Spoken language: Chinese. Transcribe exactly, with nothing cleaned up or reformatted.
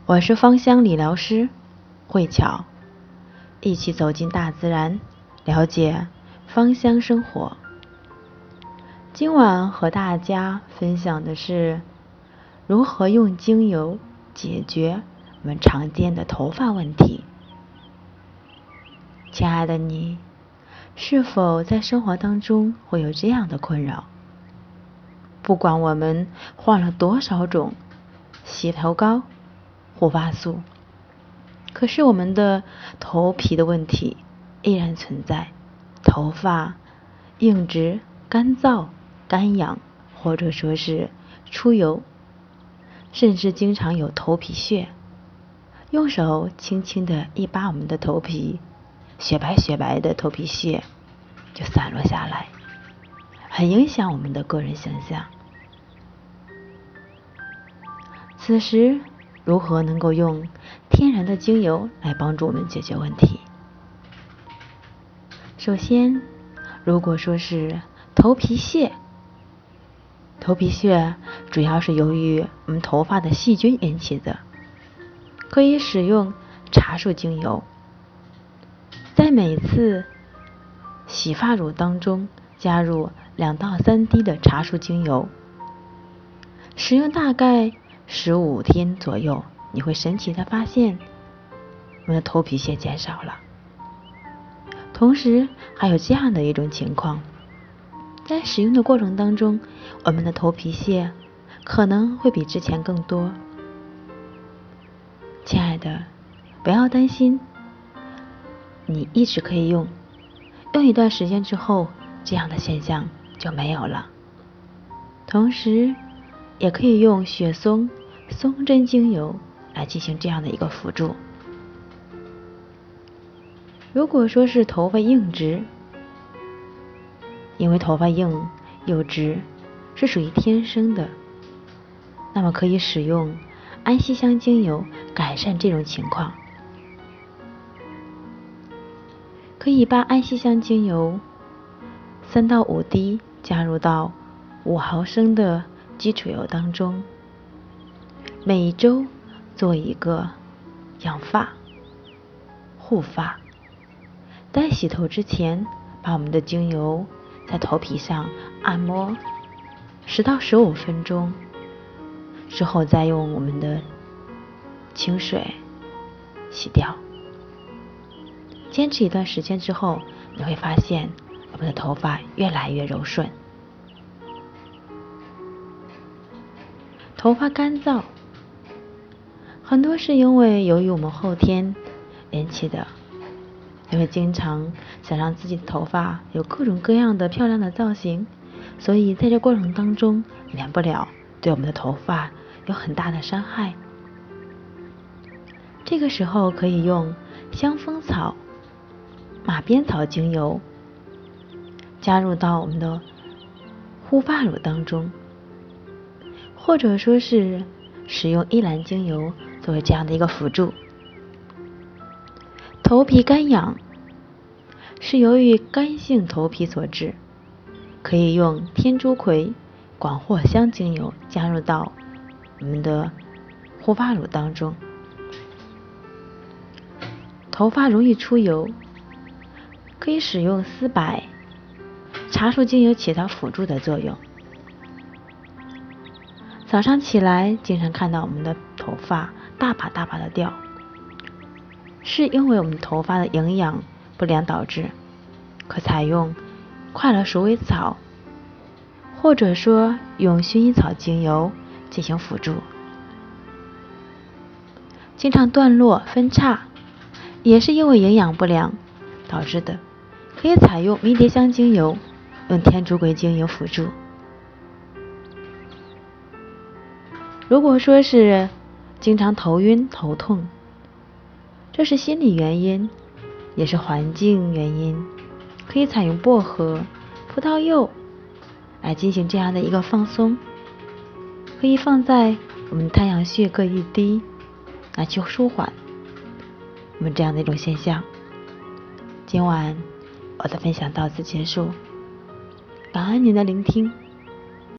我是芳香理疗师慧巧，一起走进大自然，了解芳香生活。今晚和大家分享的是如何用精油解决我们常见的头发问题。亲爱的你，是否在生活当中会有这样的困扰？不管我们换了多少种洗头膏、护发素，可是我们的头皮的问题依然存在，头发硬直、干燥、干痒，或者说是出油，甚至经常有头皮屑。用手轻轻的一扒我们的头皮，雪白雪白的头皮屑就散落下来，很影响我们的个人形象。此时如何能够用天然的精油来帮助我们解决问题？首先，如果说是头皮屑，头皮屑主要是由于我们头发的细菌引起的，可以使用茶树精油，在每次洗发乳当中加入两到三滴的茶树精油，使用大概十五天左右，你会神奇的发现我们的头皮屑减少了。同时还有这样的一种情况，在使用的过程当中，我们的头皮屑可能会比之前更多。亲爱的，不要担心，你一直可以用，用一段时间之后，这样的现象就没有了。同时也可以用雪松、松针精油来进行这样的一个辅助。如果说是头发硬直，因为头发硬又直是属于天生的，那么可以使用安息香精油改善这种情况。可以把安息香精油三到五滴加入到五毫升的基础油当中，每周做一个养发、护发。在洗头之前，把我们的精油在头皮上按摩十到十五分钟，之后再用我们的清水洗掉。坚持一段时间之后，你会发现我们的头发越来越柔顺。头发干燥，很多是因为由于我们后天引起的，因为经常想让自己的头发有各种各样的漂亮的造型，所以在这过程当中免不了对我们的头发有很大的伤害。这个时候可以用香蜂草、马鞭草精油加入到我们的护发乳当中，或者说是使用依兰精油作为这样的一个辅助。头皮干痒是由于干性头皮所致，可以用天竺葵、广藿香精油加入到我们的护发乳当中。头发容易出油，可以使用丝柏、茶树精油起到辅助的作用。早上起来经常看到我们的头发大把大把的掉，是因为我们头发的营养不良导致，可采用快乐鼠尾草或者说用薰衣草精油进行辅助。经常断落分叉也是因为营养不良导致的，可以采用迷迭香精油，用天竺葵精油辅助。如果说是经常头晕头痛，这是心理原因，也是环境原因，可以采用薄荷、葡萄柚来进行这样的一个放松，可以放在我们太阳穴各一滴，来去舒缓我们这样的一种现象。今晚我的分享到此结束，感恩您的聆听。